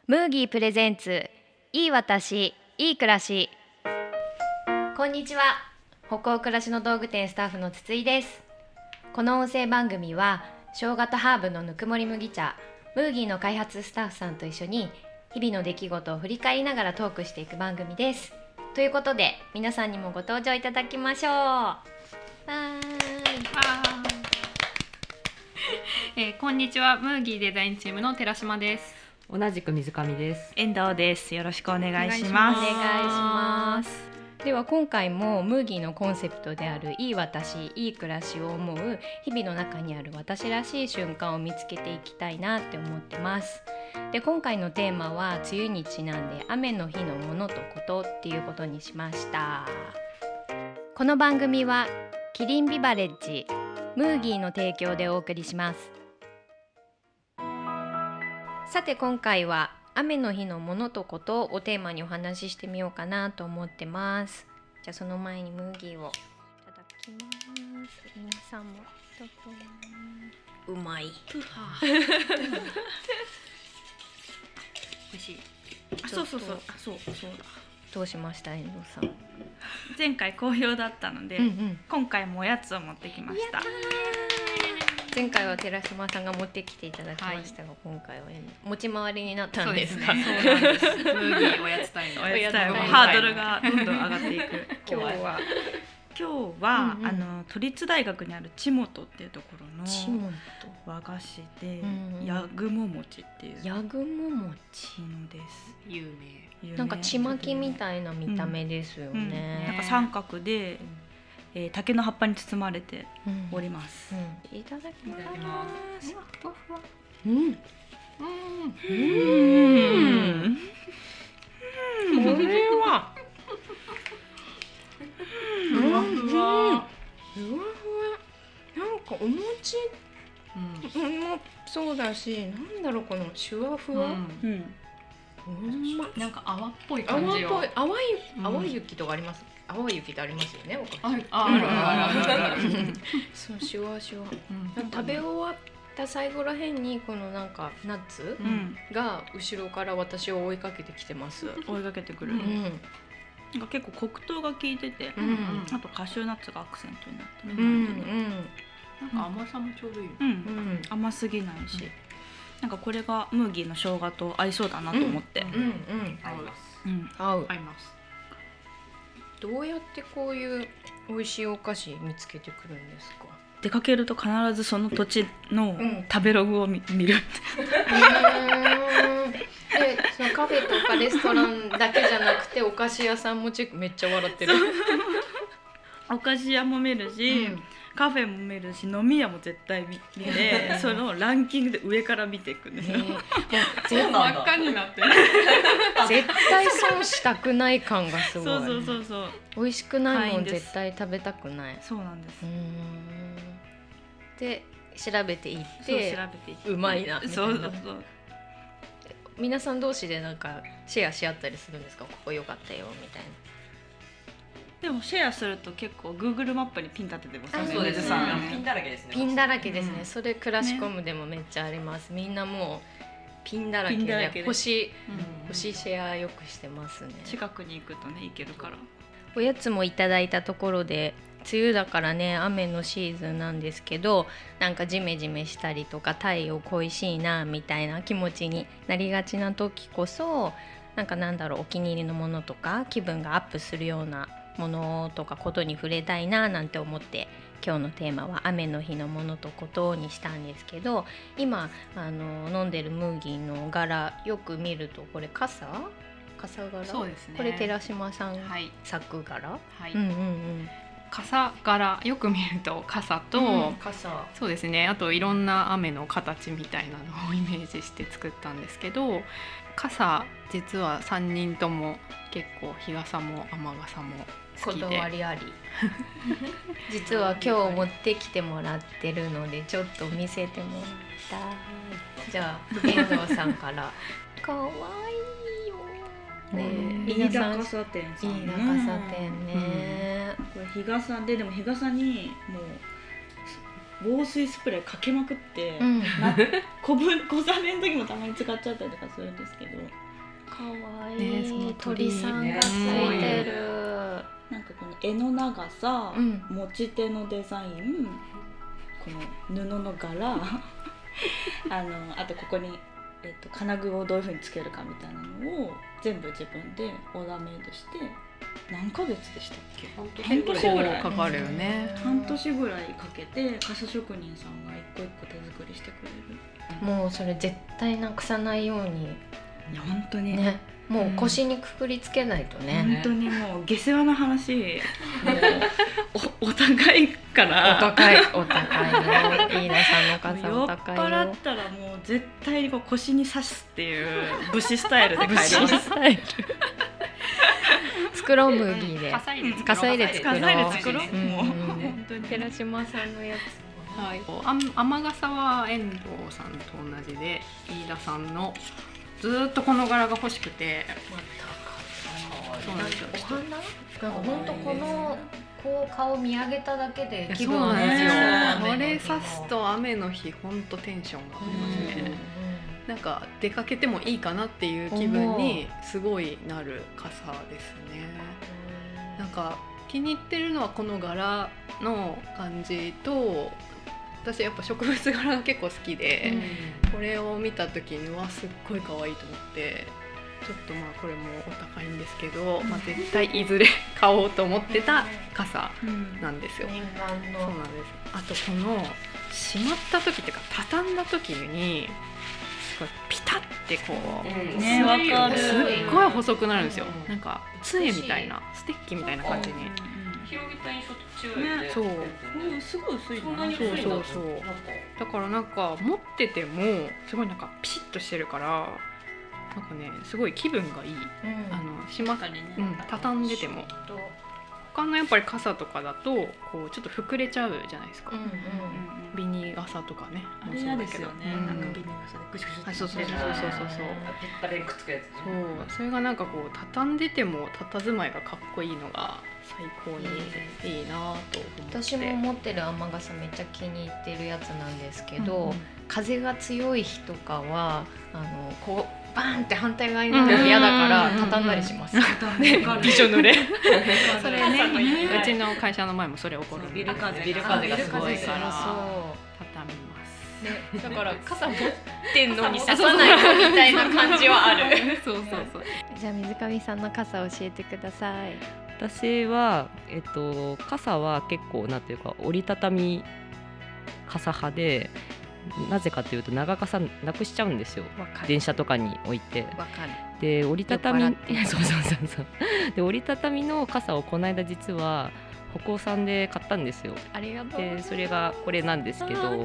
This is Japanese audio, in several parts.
ムーギープレゼンツいい私いい暮らし。こんにちは、歩行暮らしの道具店スタッフの筒井です。この音声番組は生姜とハーブのぬくもり麦茶ムーギーの開発スタッフさんと一緒に日々の出来事を振り返りながらトークしていく番組です。ということで皆さんにもご登場いただきましょう。わーい。こんにちは、ムーギーデザインチームの寺島です。 同じく水上です。 遠藤です。よろしくお願いします。 お願いします。では今回もムーギーのコンセプトであるいい私いい暮らしを思う日々の中にある私らしい瞬間を見つけていきたいなって思ってます。で今回のテーマは梅雨にちなんで雨の日のものとことっていうことにしました。この番組はキリンビバレッジムーギーの提供でお送りします。さて今回は雨の日のものとことをテーマにお話ししてみようかなと思ってます。じゃあその前にムーギーをいただきます。皆さんもどうぞ。うまい。 美味しい。そうだ。 どうしました遠藤さん。 前回好評だったので、今回もおやつを持ってきました。 前回は寺島さんが持ってきていただきましたが、今回は持ち回りになったんですか。 そうなんです。ムーギーおやつタイム。 おやつタイム。ハードルがどんどん上がっていく。今日は、都立大学にあるちもとっていうところの和菓子で、やぐも餅っていうやぐも餅ものです。 有名。 なんかちまきみたいな見た目ですよね。 なんか三角で、竹の葉っぱに包まれております。 いただきます。 ふわふわ。 これはふわふわ。なんかお餅もそうだし、なんだろうこのシュワふわ。 なんか泡っぽい感じよ。 淡い雪とかあります。淡い雪ってありますよね。 ある。 そうシュワシュワ。食べ終わった最後らへんにこのなんかナッツが後ろから私を追いかけてきてます。 追いかけてくる。なんか結構黒糖が効いてて、あとカシューナッツがアクセントになってる感じで、 なんか甘さもちょうどいい。 甘すぎないし、なんかこれがムーギーの生姜と合いそうだなと思って。 合う。 合います。 どうやってこういう美味しいお菓子見つけてくるんですか。 出かけると必ずその土地の食べログを見る。 でそのカフェとかレストランだけじゃなくてお菓子屋さんもめっちゃ笑ってる。 お菓子屋も見るし、カフェも見るし、飲み屋も絶対見てそのランキングで上から見ていくんですよ。 真っ赤になってる。 絶対損したくない感がすごい。 そう美味しくないもん絶対食べたくない。 そうなんです。 で調べていってうまいなみたいな。皆さん同士でなんかシェアし合ったりするんですか。ここ良かったよみたいな。 でもシェアすると結構 Google マップにピン立ててますよね。 そうですね。ピンだらけですね。 ピンだらけですね。それクラシコムでもめっちゃあります。みんなもうピンだらけで星シェアよくしてますね。 近くに行くとね行けるから。 おやつもいただいたところで梅雨だからね雨のシーズンなんですけど、なんかジメジメしたりとか太陽恋しいなみたいな気持ちになりがちな時こそ、なんだろうお気に入りのものとか気分がアップするようなものとかことに触れたいななんて思って今日のテーマは雨の日のものとことにしたんですけど、今飲んでるムーギーの柄よく見るとこれ傘柄。 そうですね。 これ寺島さん作柄。 傘柄よく見ると傘と、そうですね、あといろんな雨の形みたいなのをイメージして作ったんですけど、傘実は3人とも結構日傘も雨傘も好きで、 こだわりあり。実は今日持ってきてもらってるのでちょっと見せてもらいたい。じゃあ遠藤さんから。かわいいよ。 飯田傘店さん。 飯田傘店ね。 これ日傘で、でも日傘にもう防水スプレーかけまくって、小雨の時もたまに使っちゃったりとかするんですけど、 かわいい、ね、鳥さんがついてる、 なんかこの絵の長さ、持ち手のデザイン、この布の柄あとここに、金具をどういう風につけるかみたいなのを全部自分でオーダーメイドして、何ヶ月でしたっけ？半年ぐらいかかるよね。 半年ぐらいかけて傘職人さんが一個一個手作りしてくれる。 もうそれ絶対なくさないように。 いや本当にね、もう腰にくくりつけないとね。 本当にもう下世話な話、もうお高いから。 お高いよ。飯田さんの傘お高いよ。 酔っ払ったらもう絶対にこう腰に刺すっていう武士スタイルで帰ります。 武士スタイル。作ろう麦で。傘入れ作ろう。もう本当に寺島さんのやつ。 はい、雨傘は遠藤さんと同じで、飯田さんのずっとこの柄が欲しくて、 そうなんですよ。お花？なんか本当このこう顔見上げただけで気分がいいですよ。 これ刺すと雨の日本当テンションが上がりますね。なんか出かけてもいいかなっていう気分にすごいなる傘ですね。なんか気に入ってるのはこの柄の感じと、私やっぱ植物柄が結構好きで、これを見た時にはすっごい可愛いと思って、ちょっとまあこれもお高いんですけど、まあ、絶対いずれ買おうと思ってた傘なんですよ。 念願の。 そうなんです。あとこのしまった時っていうか畳んだ時にピタッてこう、 ね、わかる。 すっごい細くなるんですよ。なんか杖みたいな、ステッキみたいな感じに。 広げた印象と違うよね。 そう。 すごい薄いな。 そう。だからなんか持っててもすごいなんかピシッとしてるから、なんかねすごい気分がいい。しまったりね、畳んでても。他のやっぱり傘とかだとこうちょっと膨れちゃうじゃないですか。ビニ傘とかね。 あれ嫌ですよね。なんかビニ傘でグシグシって。 そう。 ペッタレくっつくやつ。 そう。それがなんかこう畳んでても佇まいがかっこいいのが最高にいいなと思って。 私も持ってる雨傘めっちゃ気に入ってるやつなんですけど、風が強い日とかはこうバーンって反対側になるの嫌だから畳んだりします。 びしょ濡れ。 それね、 うちの会社の前もそれ起こる。 ビル風がすごいから畳みます。 ね、だから傘持ってんのに刺さないとみたいな感じはある。 そう。 じゃあ水上さんの傘を教えてください。 私は傘は結構なんていうか折りたたみ傘派で。なぜかというと長傘なくしちゃうんですよ。電車とかに置いて。で折りたたみそうで折りたたみの傘をこの間実は北欧さんで買ったんですよ。 ありがとう。 でそれがこれなんですけど、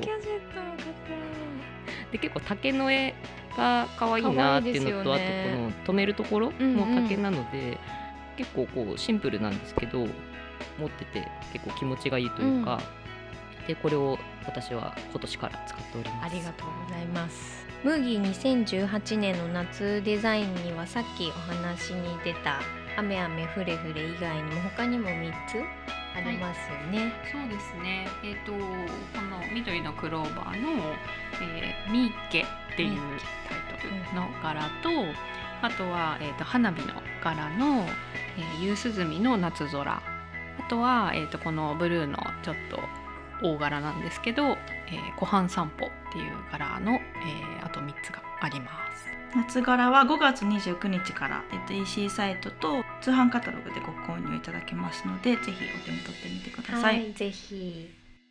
で結構竹の絵が可愛いなっていうのと、あとこの留めるところも竹なので、結構こうシンプルなんですけど持ってて結構気持ちがいいというか。でこれを私は今年から使っております。 ありがとうございます。麦2018年の夏デザインにはさっきお話に出た雨雨フレフレ以外にも他にも3つありますよね。 そうですね。この緑のクローバーの、ミーケっていうタイトルの柄と、あとは、花火の柄の、夕涼みの夏空、あとは、このブルーのちょっと大柄なんですけど、湖畔散歩っていう柄の、あと3つがあります。 夏柄は5月29日から、EC サイトと通販カタログでご購入いただけますので、ぜひお手に取ってみてください。 はい、ぜひ。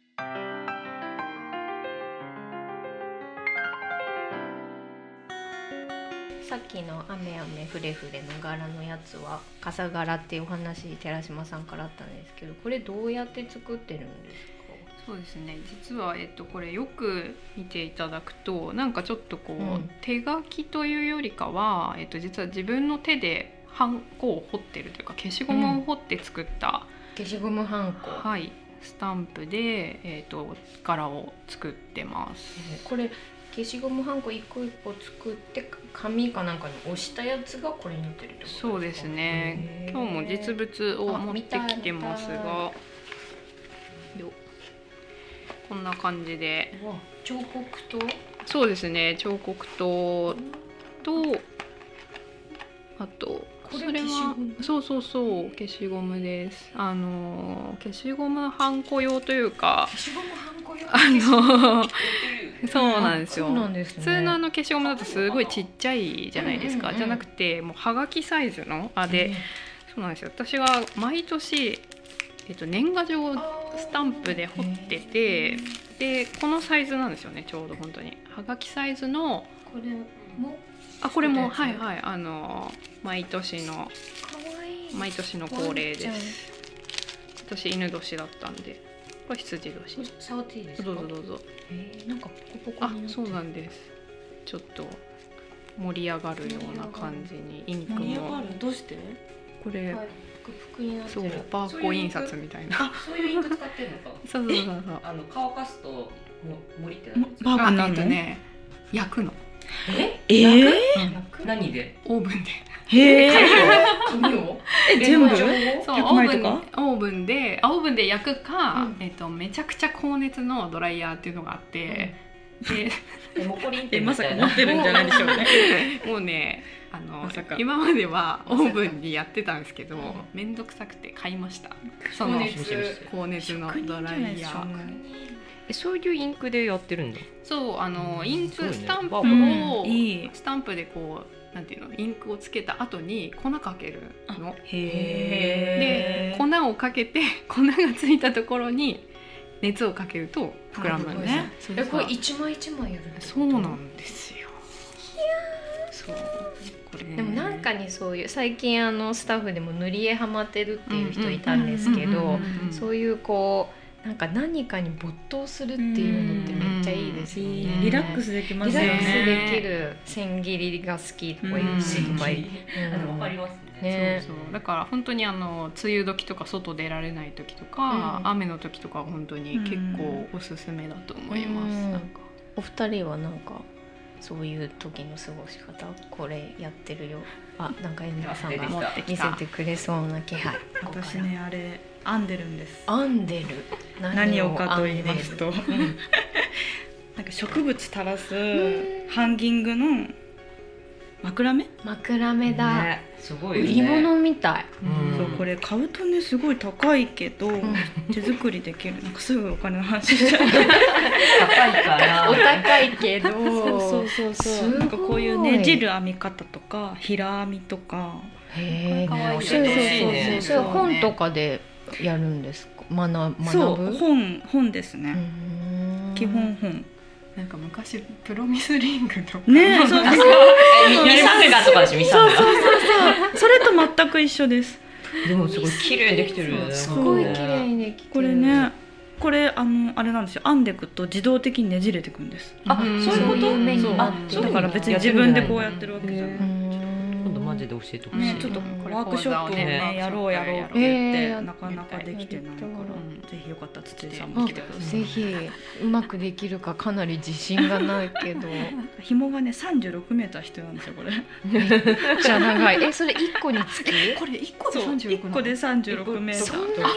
さっきの雨雨フレフレの柄のやつは傘柄っていうお話寺島さんからあったんですけど、これどうやって作ってるんですか？ そうですね、実は、これよく見ていただくとなんかちょっとこう、手書きというよりかは、実は自分の手でハンコを彫ってるというか消しゴムを彫って作った、 消しゴムハンコ、 はい、スタンプで、柄を作ってます。 これ消しゴムハンコ一個一個作って紙かなんかに押したやつがこれになってるってことですか？ そうですね。今日も実物を持ってきてますが、ここんな感じで彫刻刀、 そうですね、彫刻刀とあとこれそれはそう消しゴムです。消しゴムハンコ用というか、 消しゴムハンコ用そうなんですよ。 そうなんですね。 普通の消しゴムだとすごいちっちゃいじゃないですか、じゃなくてもうはがきサイズので、そうなんですよ。私が毎年、年賀状スタンプで彫ってて、でこのサイズなんですよね、ちょうど本当にはがきサイズの。 これもこれもはいはい、毎年の恒例です。私犬年だったんで、これ羊年。 触っていいですか？ どうぞどうぞ。 なんかポコポコになってる。 そうなんです。ちょっと盛り上がるような感じにインクも。 盛り上がる。どうして？ これ、 ぷくぷくになってる。 そうバーコ印刷みたいな。 そういうインク使ってるのか。 そう乾かすと森ってバーコンなんだね。焼くの。 何で？ オーブンで。 へえ。 紙を？ 全部？ そう 100枚とか？ オーブンで焼くか、めちゃくちゃ高熱のドライヤーっていうのがあって、 でモコリンってまさか持ってるんじゃないでしょうね。 もうね、今まではオーブンにやってたんですけど、めんどくさくて買いました。その高熱のドライヤー。 そういうインクでやってるんだ。 そうインクスタンプをスタンプでこうなんていうの、インクをつけた後に粉かけるの。で粉をかけて粉がついたところに熱をかけると膨らむんですね。 これ一枚一枚やるんですか？ そうなんですよ。そうこれ、ね、 でもなんかにそういう最近スタッフでも塗り絵ハマってるっていう人いたんですけど、そういうこうなんか何かに没頭するっていうのってめっちゃいいですよね。 リラックスできますよね。 リラックスできる。千切りが好きとか言うしとか言う。 わかりますね。そうだから本当に梅雨時とか外出られない時とか、雨の時とか本当に結構おすすめだと思います。なんかお二人はなんかそういう時の過ごし方、これやってるよ。なんか遠藤さんが見せてくれそうな気配。 私ね、あれ編んでるんです。 編んでる。 何をかと言いますと、なんか植物垂らすハンギングの枕目だ、 ね、すごいよね、売り物みたい。 そうこれ買うとねすごい高いけど、手作りできる。なんかすぐお金の話しちゃう。 高いからお高いけどそうなんかこういうねじる編み方とか平編みとか、 へえ、 かわいいね。 それ本とかでやるんですか？学ぶ？ そう本ですね。基本本。 なんか昔プロミスリングとかね、そうです。 ミサンガとかでしょ、ミサンガ。 それと全く一緒です。 でもすごい綺麗にできてる。 すごい綺麗にできてる。 これね、これあれなんですよ。編んでいくと自動的にねじれていくんです。 そういうこと？ だから別に自分でこうやってるわけじゃない。 今度マジで教えてほしい。 ちょっとワークショップをねやろうって言ってなかなかできてないから、ぜひよかったら筒井さんも来てください。 ぜひうまくできるかかなり自信がないけど。 紐がね36メーター必要なんですよこれ。 じゃ長い。それ1個につき？ これ1個で36。 1個で36メーター。 そんなに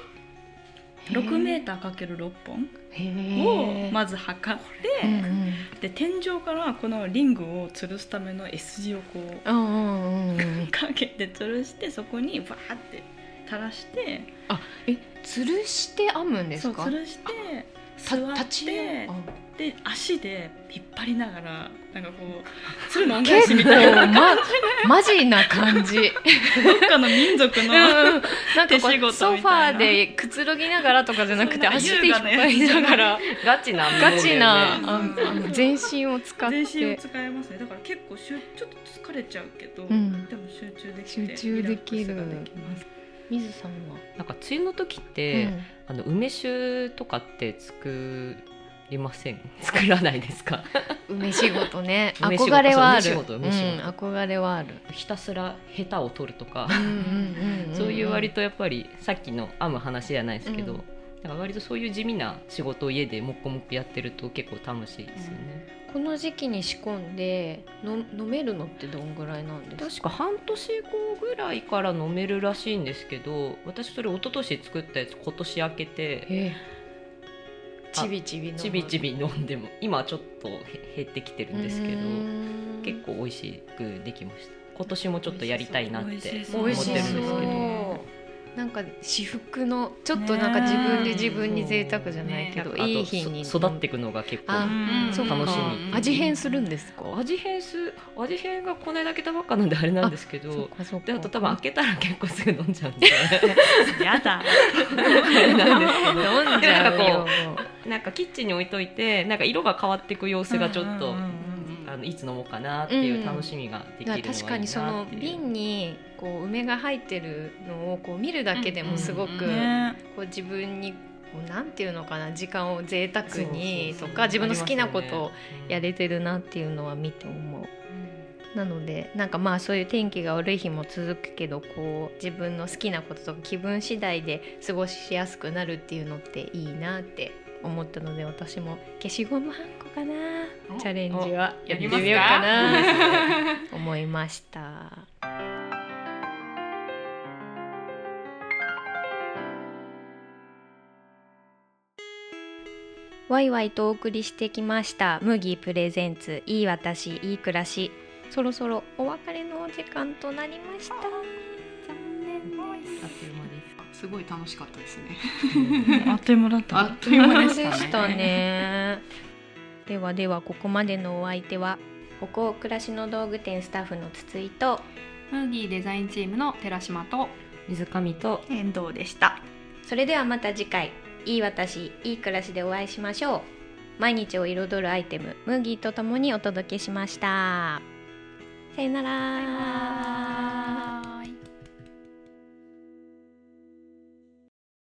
？6メーターかける6本をまず測って、で天井からこのリングを吊るすための S 字をこうかけて吊るして、そこにバーって垂らして、 吊るして編むんですか？ そう吊るして座ってで足で引っ張りながらなんかこう鶴の恩返しみたいなマジな感じ。 どっかの民族のなんか手仕事みたいな。 ソファーでくつろぎながらとかじゃなくて足で引っ張りながらガチな全身を使って。 全身を使えますね。だから結構ちょっと疲れちゃうけど、でも集中できて集中できる。 リラックスができます。 水さんはなんか梅雨の時って、梅酒とかって作りません？作らないですか？ 梅仕事ね。憧れはある。憧れはある。 ひたすらヘタを取るとか、そういう割とやっぱりさっきの編む話じゃないですけど、だから割とそういう地味な仕事を家で黙々やってると結構楽しいですよね。 この時期に仕込んで飲めるのってどんぐらいなんですか？ 確か半年後ぐらいから飲めるらしいんですけど、私それ一昨年作ったやつ今年開けて、 ちびちび飲んでも今はちょっと減ってきてるんですけど、結構美味しくできました。今年もちょっとやりたいなって思ってるんですけど、 なんか至福のちょっとなんか自分に贅沢じゃないけど、いい日に育っていくのが結構楽しみ。 味変するんですか？ 味変がこの間開けたばっかなんであれなんですけど、であと多分開けたら結構すぐ飲んじゃうんでやだ飲んじゃうよ。なんかキッチンに置いといて、なんか色が変わっていく様子がちょっといつ飲もうかなっていう楽しみができるのがいいなっていう。 確かにその瓶にこう梅が入ってるのをこう見るだけでもすごくこう自分にこうなんていうのかな、時間を贅沢にとか自分の好きなことをやれてるなっていうのは見て思う。なのでなんかまあそういう天気が悪い日も続くけど、こう自分の好きなこととか気分次第で過ごしやすくなるっていうのっていいなって思ったので、私も消しゴムはんこかなチャレンジはやってみようかな思いました。ワイワイとお送りしてきました麦プレゼンツいい私いい暮らし、そろそろお別れのお時間となりました。残念です。 あっという間です。 すごい楽しかったですねあっという間だった。 あっという間でしたねではでは、ここまでのお相手は歩行暮らしの道具店スタッフの筒井とムーギーデザインチームの寺島と水上と遠藤でした。 それではまた次回、いい私いい暮らしでお会いしましょう。毎日を彩るアイテムムーギーとともにお届けしました。さよなら。